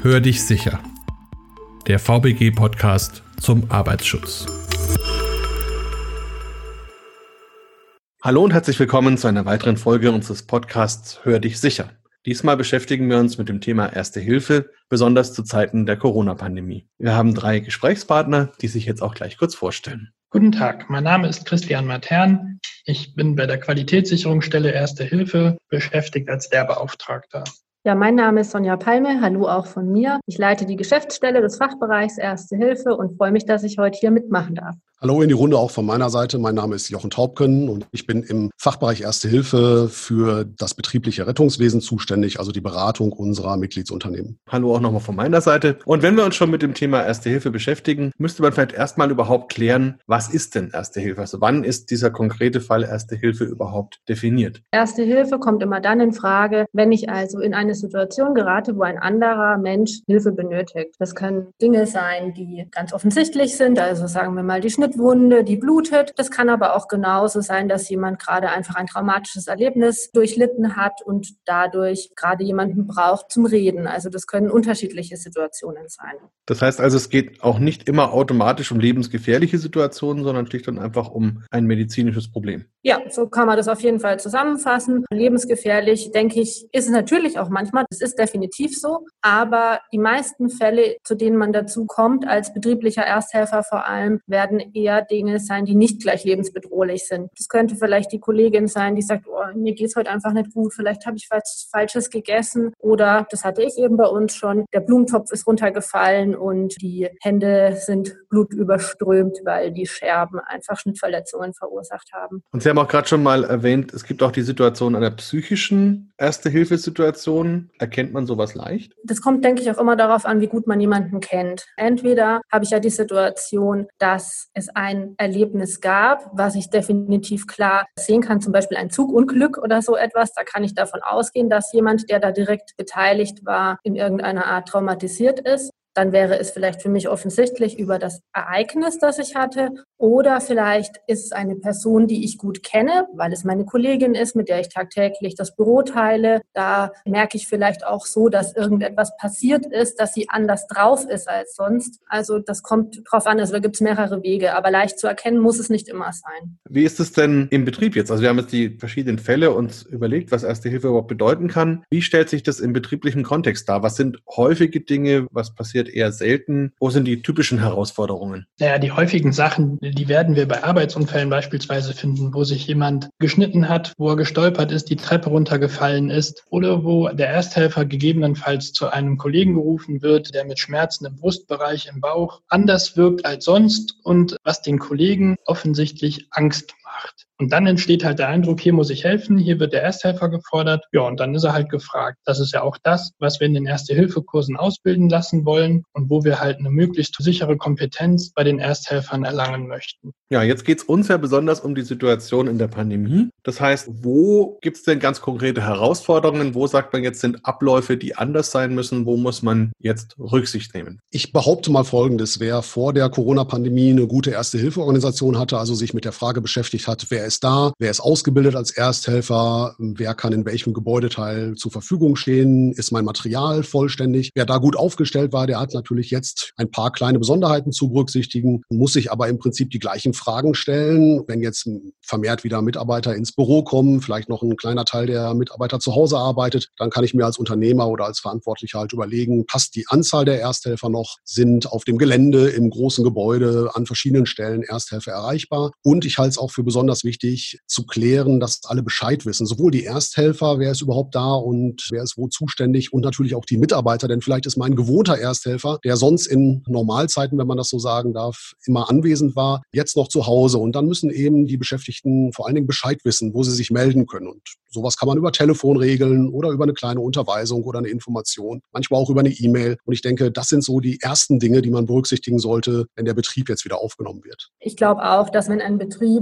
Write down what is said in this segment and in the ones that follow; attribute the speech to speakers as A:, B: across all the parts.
A: Hör dich sicher. Der VBG-Podcast zum Arbeitsschutz. Hallo und herzlich willkommen zu einer weiteren Folge unseres Podcasts Hör dich sicher. Diesmal beschäftigen wir uns mit dem Thema Erste Hilfe, besonders zu Zeiten der Corona-Pandemie. Wir haben 3 Gesprächspartner, die sich jetzt auch gleich kurz vorstellen.
B: Guten Tag, mein Name ist Christian Matern. Ich bin bei der Qualitätssicherungsstelle Erste Hilfe beschäftigt als Lehrbeauftragter.
C: Ja, mein Name ist Sonja Palme. Hallo auch von mir. Ich leite die Geschäftsstelle des Fachbereichs Erste Hilfe und freue mich, dass ich heute hier mitmachen darf.
D: Hallo in die Runde auch von meiner Seite. Mein Name ist Jochen Taubken und ich bin im Fachbereich Erste Hilfe für das betriebliche Rettungswesen zuständig, also die Beratung unserer Mitgliedsunternehmen.
A: Hallo auch nochmal von meiner Seite. Und wenn wir uns schon mit dem Thema Erste Hilfe beschäftigen, müsste man vielleicht erstmal überhaupt klären, was ist denn Erste Hilfe? Also wann ist dieser konkrete Fall Erste Hilfe überhaupt definiert?
C: Erste Hilfe kommt immer dann in Frage, wenn ich also in eine Situation gerate, wo ein anderer Mensch Hilfe benötigt. Das können Dinge sein, die ganz offensichtlich sind, also sagen wir mal die Schnittwunde, die blutet. Das kann aber auch genauso sein, dass jemand gerade einfach ein traumatisches Erlebnis durchlitten hat und dadurch gerade jemanden braucht zum Reden. Also das können unterschiedliche Situationen sein.
A: Das heißt also, es geht auch nicht immer automatisch um lebensgefährliche Situationen, sondern schlicht und einfach um ein medizinisches Problem.
C: Ja, so kann man das auf jeden Fall zusammenfassen. Lebensgefährlich, denke ich, ist es natürlich auch manchmal. Das ist definitiv so. Aber die meisten Fälle, zu denen man dazu kommt, als betrieblicher Ersthelfer vor allem, werden eher Dinge sein, die nicht gleich lebensbedrohlich sind. Das könnte vielleicht die Kollegin sein, die sagt, oh, mir geht's heute einfach nicht gut, vielleicht habe ich was Falsches gegessen. Oder, das hatte ich eben bei uns schon, der Blumentopf ist runtergefallen und die Hände sind blutüberströmt, weil die Scherben einfach Schnittverletzungen verursacht haben.
A: Und Sie haben auch gerade schon mal erwähnt, es gibt auch die Situation einer psychischen Erste-Hilfe-Situation. Erkennt man sowas leicht?
C: Das kommt, denke ich, auch immer darauf an, wie gut man jemanden kennt. Entweder habe ich ja die Situation, dass es ein Erlebnis gab, was ich definitiv klar sehen kann, zum Beispiel ein Zugunglück oder so etwas. Da kann ich davon ausgehen, dass jemand, der da direkt beteiligt war, in irgendeiner Art traumatisiert ist. Dann wäre es vielleicht für mich offensichtlich über das Ereignis, das ich hatte. Oder vielleicht ist es eine Person, die ich gut kenne, weil es meine Kollegin ist, mit der ich tagtäglich das Büro teile. Da merke ich vielleicht auch so, dass irgendetwas passiert ist, dass sie anders drauf ist als sonst. Also das kommt drauf an, also da gibt es mehrere Wege. Aber leicht zu erkennen muss es nicht immer sein.
A: Wie ist es denn im Betrieb jetzt? Also wir haben jetzt die verschiedenen Fälle uns überlegt, was Erste Hilfe überhaupt bedeuten kann. Wie stellt sich das im betrieblichen Kontext dar? Was sind häufige Dinge? Was passiert eher selten? Wo sind die typischen Herausforderungen?
B: Naja, die häufigen Sachen, die werden wir bei Arbeitsunfällen beispielsweise finden, wo sich jemand geschnitten hat, wo er gestolpert ist, die Treppe runtergefallen ist oder wo der Ersthelfer gegebenenfalls zu einem Kollegen gerufen wird, der mit Schmerzen im Brustbereich, im Bauch anders wirkt als sonst und was den Kollegen offensichtlich Angst macht. Und dann entsteht halt der Eindruck, hier muss ich helfen, hier wird der Ersthelfer gefordert. Ja, und dann ist er halt gefragt. Das ist ja auch das, was wir in den Erste-Hilfe-Kursen ausbilden lassen wollen und wo wir halt eine möglichst sichere Kompetenz bei den Ersthelfern erlangen möchten.
A: Ja, jetzt geht es uns ja besonders um die Situation in der Pandemie. Das heißt, wo gibt es denn ganz konkrete Herausforderungen? Wo sagt man jetzt, sind Abläufe, die anders sein müssen? Wo muss man jetzt Rücksicht nehmen?
D: Ich behaupte mal Folgendes: Wer vor der Corona-Pandemie eine gute Erste-Hilfe-Organisation hatte, also sich mit der Frage beschäftigt hat, wer ist da, wer ist ausgebildet als Ersthelfer, wer kann in welchem Gebäudeteil zur Verfügung stehen, ist mein Material vollständig. Wer da gut aufgestellt war, der hat natürlich jetzt ein paar kleine Besonderheiten zu berücksichtigen, muss sich aber im Prinzip die gleichen Fragen stellen. Wenn jetzt vermehrt wieder Mitarbeiter ins Büro kommen, vielleicht noch ein kleiner Teil der Mitarbeiter zu Hause arbeitet, dann kann ich mir als Unternehmer oder als Verantwortlicher halt überlegen, passt die Anzahl der Ersthelfer noch, sind auf dem Gelände, im großen Gebäude an verschiedenen Stellen Ersthelfer erreichbar. Und ich halte es auch für besonders wichtig zu klären, dass alle Bescheid wissen. Sowohl die Ersthelfer, wer ist überhaupt da und wer ist wo zuständig, und natürlich auch die Mitarbeiter, denn vielleicht ist mein gewohnter Ersthelfer, der sonst in Normalzeiten, wenn man das so sagen darf, immer anwesend war, jetzt noch zu Hause. Und dann müssen eben die Beschäftigten vor allen Dingen Bescheid wissen, wo sie sich melden können. Und sowas kann man über Telefon regeln oder über eine kleine Unterweisung oder eine Information, manchmal auch über eine E-Mail. Und ich denke, das sind so die ersten Dinge, die man berücksichtigen sollte, wenn der Betrieb jetzt wieder aufgenommen wird.
C: Ich glaube auch, dass wenn ein Betrieb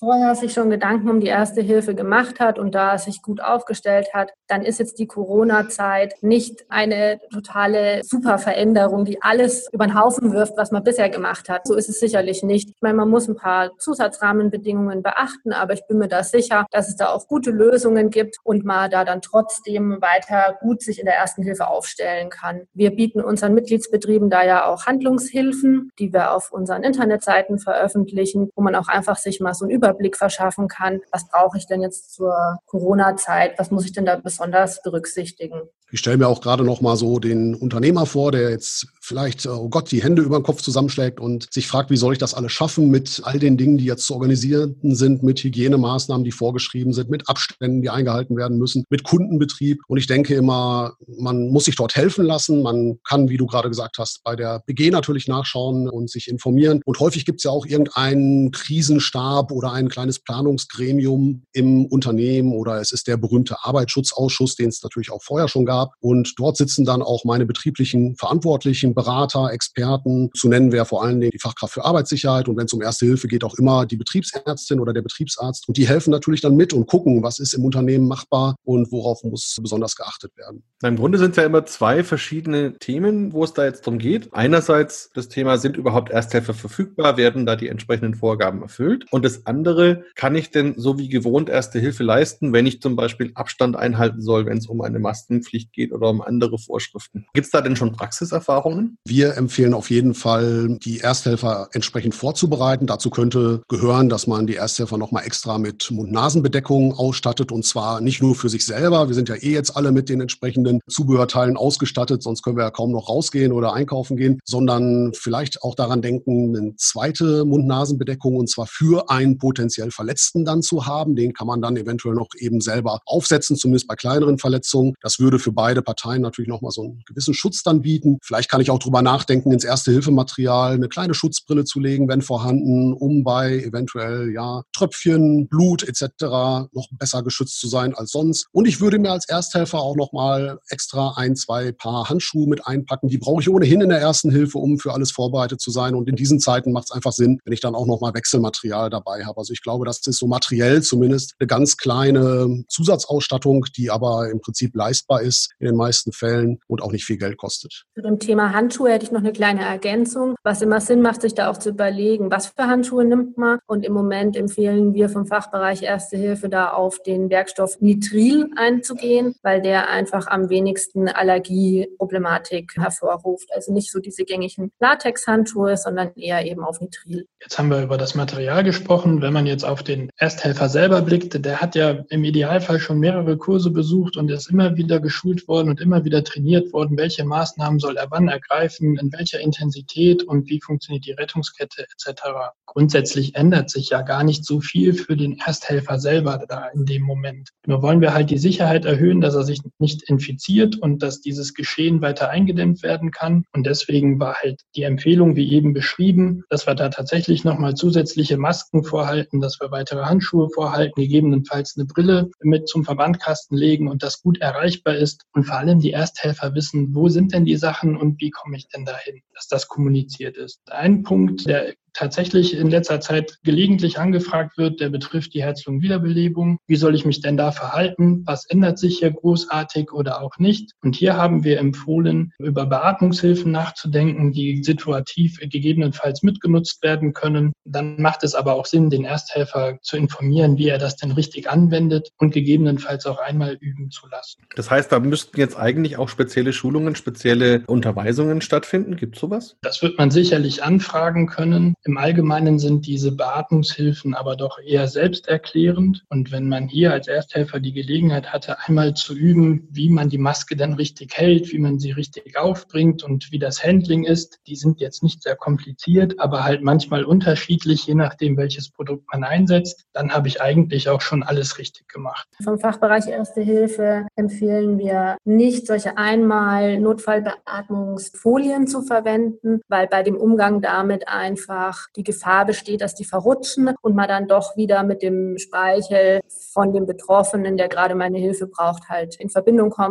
C: vorher sich schon Gedanken um die Erste Hilfe gemacht hat und da sich gut aufgestellt hat, dann ist jetzt die Corona-Zeit nicht eine totale Superveränderung, die alles über den Haufen wirft, was man bisher gemacht hat. So ist es sicherlich nicht. Ich meine, man muss ein paar Zusatzrahmenbedingungen beachten, aber ich bin mir da sicher, dass es da auch gute Lösungen gibt und man da dann trotzdem weiter gut sich in der Ersten Hilfe aufstellen kann. Wir bieten unseren Mitgliedsbetrieben da ja auch Handlungshilfen, die wir auf unseren Internetseiten veröffentlichen, wo man auch einfach sich mal so einen Überblick verschaffen kann. Was brauche ich denn jetzt zur Corona-Zeit? Was muss ich denn da besonders berücksichtigen?
D: Ich stelle mir auch gerade noch mal so den Unternehmer vor, der jetzt vielleicht, oh Gott, die Hände über den Kopf zusammenschlägt und sich fragt, wie soll ich das alles schaffen mit all den Dingen, die jetzt zu organisieren sind, mit Hygienemaßnahmen, die vorgeschrieben sind, mit Abständen, die eingehalten werden müssen, mit Kundenbetrieb. Und ich denke immer, man muss sich dort helfen lassen. Man kann, wie du gerade gesagt hast, bei der BG natürlich nachschauen und sich informieren. Und häufig gibt es ja auch irgendeinen Krisenstab oder ein kleines Planungsgremium im Unternehmen oder es ist der berühmte Arbeitsschutzausschuss, den es natürlich auch vorher schon gab. Und dort sitzen dann auch meine betrieblichen Verantwortlichen, Berater, Experten. Zu nennen wäre vor allen Dingen die Fachkraft für Arbeitssicherheit und wenn es um Erste Hilfe geht, auch immer die Betriebsärztin oder der Betriebsarzt. Und die helfen natürlich dann mit und gucken, was ist im Unternehmen machbar und worauf muss besonders geachtet werden.
A: Im Grunde sind es ja immer zwei verschiedene Themen, wo es da jetzt drum geht. Einerseits das Thema, sind überhaupt Ersthelfer verfügbar, werden da die entsprechenden Vorgaben erfüllt? Und das andere, kann ich denn so wie gewohnt Erste Hilfe leisten, wenn ich zum Beispiel Abstand einhalten soll, wenn es um eine Maskenpflicht geht oder um andere Vorschriften? Gibt es da denn schon Praxiserfahrungen?
D: Wir empfehlen auf jeden Fall, die Ersthelfer entsprechend vorzubereiten. Dazu könnte gehören, dass man die Ersthelfer nochmal extra mit Mund-Nasen-Bedeckung ausstattet und zwar nicht nur für sich selber. Wir sind ja jetzt alle mit den entsprechenden Zubehörteilen ausgestattet, sonst können wir ja kaum noch rausgehen oder einkaufen gehen, sondern vielleicht auch daran denken, eine zweite Mund-Nasen-Bedeckung und zwar für einen potenziell Verletzten dann zu haben. Den kann man dann eventuell noch eben selber aufsetzen, zumindest bei kleineren Verletzungen. Das würde für beide Parteien natürlich nochmal so einen gewissen Schutz dann bieten. Vielleicht kann ich auch drüber nachdenken, ins Erste-Hilfe-Material eine kleine Schutzbrille zu legen, wenn vorhanden, um bei eventuell Tröpfchen, Blut etc. noch besser geschützt zu sein als sonst. Und ich würde mir als Ersthelfer auch nochmal extra 1-2 Paar Handschuhe mit einpacken. Die brauche ich ohnehin in der Ersten Hilfe, um für alles vorbereitet zu sein. Und in diesen Zeiten macht es einfach Sinn, wenn ich dann auch nochmal Wechselmaterial dabei habe. Also ich glaube, das ist so materiell zumindest eine ganz kleine Zusatzausstattung, die aber im Prinzip leistbar ist in den meisten Fällen und auch nicht viel Geld kostet.
C: Zu dem Thema Handschuhe hätte ich noch eine kleine Ergänzung, was immer Sinn macht, sich da auch zu überlegen, was für Handschuhe nimmt man. Und im Moment empfehlen wir vom Fachbereich Erste Hilfe da auf den Werkstoff Nitril einzugehen, weil der einfach am wenigsten Allergieproblematik hervorruft. Also nicht so diese gängigen Latex-Handschuhe, sondern eher eben auf Nitril.
B: Jetzt haben wir über das Material gesprochen. Wenn man jetzt auf den Ersthelfer selber blickt, der hat ja im Idealfall schon mehrere Kurse besucht und ist immer wieder geschult worden und immer wieder trainiert worden, welche Maßnahmen soll er wann ergreifen, in welcher Intensität und wie funktioniert die Rettungskette etc. Grundsätzlich ändert sich ja gar nicht so viel für den Ersthelfer selber da in dem Moment. Nur wollen wir halt die Sicherheit erhöhen, dass er sich nicht infiziert und dass dieses Geschehen weiter eingedämmt werden kann. Und deswegen war halt die Empfehlung, wie eben beschrieben, dass wir da tatsächlich nochmal zusätzliche Masken vorhalten, dass wir weitere Handschuhe vorhalten, gegebenenfalls eine Brille mit zum Verbandkasten legen und das gut erreichbar ist. Und vor allem die Ersthelfer wissen, wo sind denn die Sachen und wie komme ich denn dahin, dass das kommuniziert ist. Ein Punkt, der tatsächlich in letzter Zeit gelegentlich angefragt wird, der betrifft die Herz-Lungen-Wiederbelebung. Wie soll ich mich denn da verhalten? Was ändert sich hier großartig oder auch nicht? Und hier haben wir empfohlen, über Beatmungshilfen nachzudenken, die situativ gegebenenfalls mitgenutzt werden können. Dann macht es aber auch Sinn, den Ersthelfer zu informieren, wie er das denn richtig anwendet und gegebenenfalls auch einmal üben zu lassen.
A: Das heißt, da müssten jetzt eigentlich auch spezielle Schulungen, spezielle Unterweisungen stattfinden. Gibt es sowas?
B: Das wird man sicherlich anfragen können. Im Allgemeinen sind diese Beatmungshilfen aber doch eher selbsterklärend. Und wenn man hier als Ersthelfer die Gelegenheit hatte, einmal zu üben, wie man die Maske dann richtig hält, wie man sie richtig aufbringt und wie das Handling ist, die sind jetzt nicht sehr kompliziert, aber halt manchmal unterschiedlich, je nachdem, welches Produkt man einsetzt. Dann habe ich eigentlich auch schon alles richtig gemacht.
C: Vom Fachbereich Erste Hilfe empfehlen wir nicht, solche einmal Notfallbeatmungsfolien zu verwenden, weil bei dem Umgang damit einfach die Gefahr besteht, dass die verrutschen und man dann doch wieder mit dem Speichel von dem Betroffenen, der gerade meine Hilfe braucht, halt in Verbindung kommt.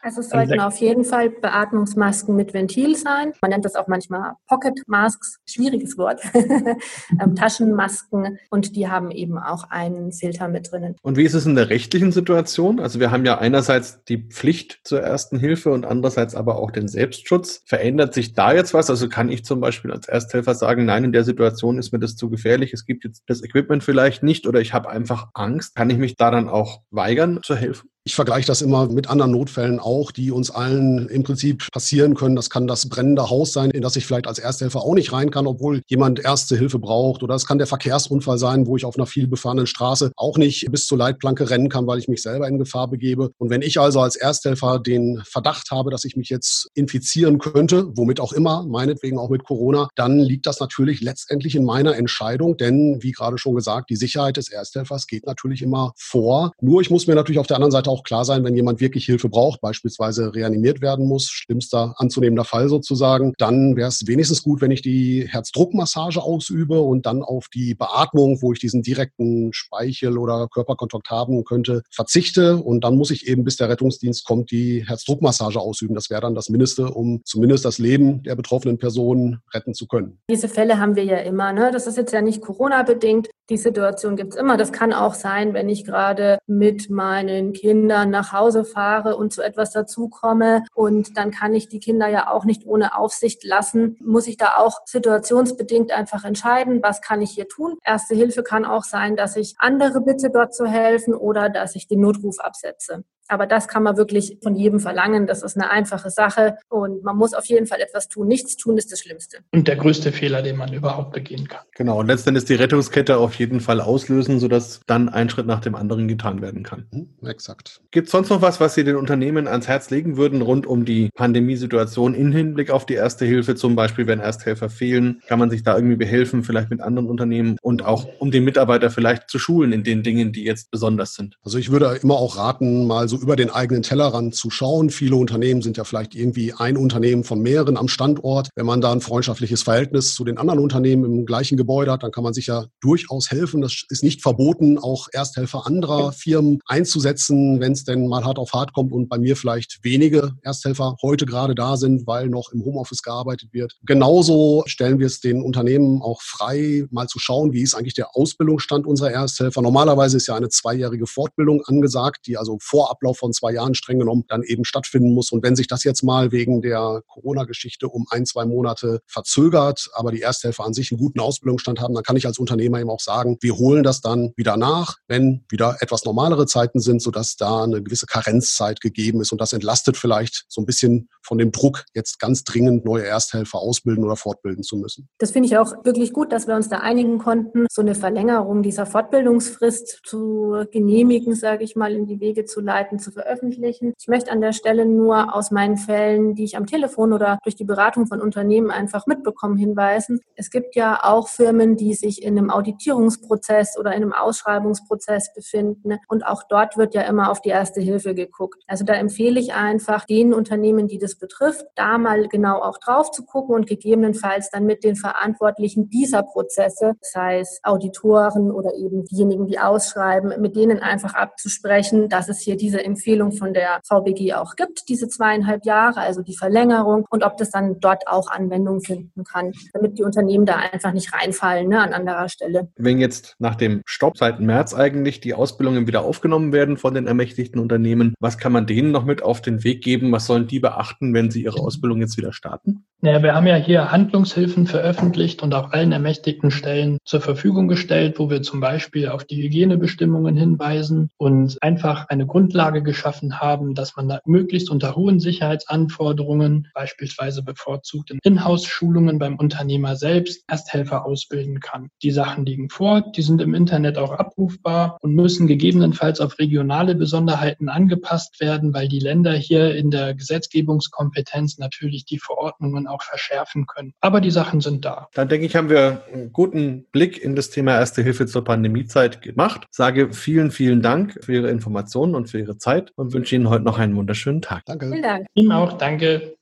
C: Also es sollten auf jeden Fall Beatmungsmasken mit Ventil sein. Man nennt das auch manchmal Pocket Masks, schwieriges Wort, Taschenmasken, und die haben eben auch einen Filter mit drinnen.
A: Und wie ist es in der rechtlichen Situation? Also wir haben ja einerseits die Pflicht zur Ersten Hilfe und andererseits aber auch den Selbstschutz. Verändert sich da jetzt was? Also kann ich zum Beispiel als Ersthelfer sagen, nein, in der Situation ist mir das zu gefährlich, es gibt jetzt das Equipment vielleicht nicht oder ich habe einfach Angst. Kann ich mich da dann auch weigern zu helfen?
D: Ich vergleiche das immer mit anderen Notfällen auch, die uns allen im Prinzip passieren können. Das kann das brennende Haus sein, in das ich vielleicht als Ersthelfer auch nicht rein kann, obwohl jemand Erste Hilfe braucht. Oder es kann der Verkehrsunfall sein, wo ich auf einer viel befahrenen Straße auch nicht bis zur Leitplanke rennen kann, weil ich mich selber in Gefahr begebe. Und wenn ich also als Ersthelfer den Verdacht habe, dass ich mich jetzt infizieren könnte, womit auch immer, meinetwegen auch mit Corona, dann liegt das natürlich letztendlich in meiner Entscheidung. Denn, wie gerade schon gesagt, die Sicherheit des Ersthelfers geht natürlich immer vor. Nur ich muss mir natürlich auf der anderen Seite auch klar sein, wenn jemand wirklich Hilfe braucht, beispielsweise reanimiert werden muss, schlimmster anzunehmender Fall sozusagen, dann wäre es wenigstens gut, wenn ich die Herzdruckmassage ausübe und dann auf die Beatmung, wo ich diesen direkten Speichel- oder Körperkontakt haben könnte, verzichte. Und dann muss ich eben, bis der Rettungsdienst kommt, die Herzdruckmassage ausüben. Das wäre dann das Mindeste, um zumindest das Leben der betroffenen Person retten zu können.
C: Diese Fälle haben wir ja immer, ne? Das ist jetzt ja nicht Corona-bedingt. Die Situation gibt's immer. Das kann auch sein, wenn ich gerade mit meinen Kindern nach Hause fahre und zu etwas dazukomme. Und dann kann ich die Kinder ja auch nicht ohne Aufsicht lassen. Muss ich da auch situationsbedingt einfach entscheiden, was kann ich hier tun? Erste Hilfe kann auch sein, dass ich andere bitte, dort zu helfen oder dass ich den Notruf absetze. Aber das kann man wirklich von jedem verlangen. Das ist eine einfache Sache und man muss auf jeden Fall etwas tun. Nichts tun ist das Schlimmste.
B: Und der größte Fehler, den man überhaupt begehen kann.
A: Genau, und letztendlich die Rettungskette auf jeden Fall auslösen, sodass dann ein Schritt nach dem anderen getan werden kann.
D: Exakt.
A: Gibt es sonst noch was Sie den Unternehmen ans Herz legen würden, rund um die Pandemiesituation im Hinblick auf die Erste Hilfe? Zum Beispiel, wenn Ersthelfer fehlen, kann man sich da irgendwie behelfen, vielleicht mit anderen Unternehmen und auch um den Mitarbeiter vielleicht zu schulen in den Dingen, die jetzt besonders sind?
D: Also ich würde immer auch raten, mal so über den eigenen Tellerrand zu schauen. Viele Unternehmen sind ja vielleicht irgendwie ein Unternehmen von mehreren am Standort. Wenn man da ein freundschaftliches Verhältnis zu den anderen Unternehmen im gleichen Gebäude hat, dann kann man sich ja durchaus helfen. Das ist nicht verboten, auch Ersthelfer anderer Firmen einzusetzen, wenn es denn mal hart auf hart kommt und bei mir vielleicht wenige Ersthelfer heute gerade da sind, weil noch im Homeoffice gearbeitet wird. Genauso stellen wir es den Unternehmen auch frei, mal zu schauen, wie ist eigentlich der Ausbildungsstand unserer Ersthelfer. Normalerweise ist ja eine 2-jährige Fortbildung angesagt, die also vor Ablauf von 2 Jahren streng genommen dann eben stattfinden muss. Und wenn sich das jetzt mal wegen der Corona-Geschichte um 1-2 Monate verzögert, aber die Ersthelfer an sich einen guten Ausbildungsstand haben, dann kann ich als Unternehmer eben auch sagen, wir holen das dann wieder nach, wenn wieder etwas normalere Zeiten sind, sodass da eine gewisse Karenzzeit gegeben ist. Und das entlastet vielleicht so ein bisschen von dem Druck, jetzt ganz dringend neue Ersthelfer ausbilden oder fortbilden zu müssen.
C: Das finde ich auch wirklich gut, dass wir uns da einigen konnten, so eine Verlängerung dieser Fortbildungsfrist zu genehmigen, sage ich mal, in die Wege zu leiten, zu veröffentlichen. Ich möchte an der Stelle nur aus meinen Fällen, die ich am Telefon oder durch die Beratung von Unternehmen einfach mitbekommen, hinweisen. Es gibt ja auch Firmen, die sich in einem Auditierungsprozess oder in einem Ausschreibungsprozess befinden. Und auch dort wird ja immer auf die Erste Hilfe geguckt. Also da empfehle ich einfach den Unternehmen, die das betrifft, da mal genau auch drauf zu gucken und gegebenenfalls dann mit den Verantwortlichen dieser Prozesse, sei es Auditoren oder eben diejenigen, die ausschreiben, mit denen einfach abzusprechen, dass es hier diese Empfehlung von der VBG auch gibt, diese 2,5 Jahre, also die Verlängerung, und ob das dann dort auch Anwendung finden kann, damit die Unternehmen da einfach nicht reinfallen, an anderer Stelle.
A: Wenn jetzt nach dem Stopp seit März eigentlich die Ausbildungen wieder aufgenommen werden von den ermächtigten Unternehmen, was kann man denen noch mit auf den Weg geben? Was sollen die beachten, wenn sie ihre Ausbildung jetzt wieder starten?
B: Ja, wir haben ja hier Handlungshilfen veröffentlicht und auch allen ermächtigten Stellen zur Verfügung gestellt, wo wir zum Beispiel auf die Hygienebestimmungen hinweisen und einfach eine Grundlage geschaffen haben, dass man da möglichst unter hohen Sicherheitsanforderungen, beispielsweise bevorzugt in Inhouse-Schulungen beim Unternehmer selbst, Ersthelfer ausbilden kann. Die Sachen liegen vor, die sind im Internet auch abrufbar und müssen gegebenenfalls auf regionale Besonderheiten angepasst werden, weil die Länder hier in der Gesetzgebungskompetenz natürlich die Verordnungen auch verschärfen können. Aber die Sachen sind da.
A: Dann denke ich, haben wir einen guten Blick in das Thema Erste Hilfe zur Pandemiezeit gemacht. Sage vielen, vielen Dank für Ihre Informationen und für Ihre Zeit und wünsche Ihnen heute noch einen wunderschönen Tag.
D: Danke.
C: Vielen Dank.
B: Ihnen auch, danke.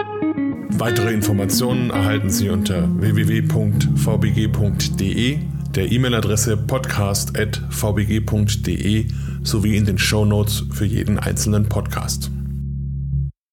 E: Weitere Informationen erhalten Sie unter www.vbg.de, der E-Mail-Adresse podcast@vbg.de sowie in den Shownotes für jeden einzelnen Podcast.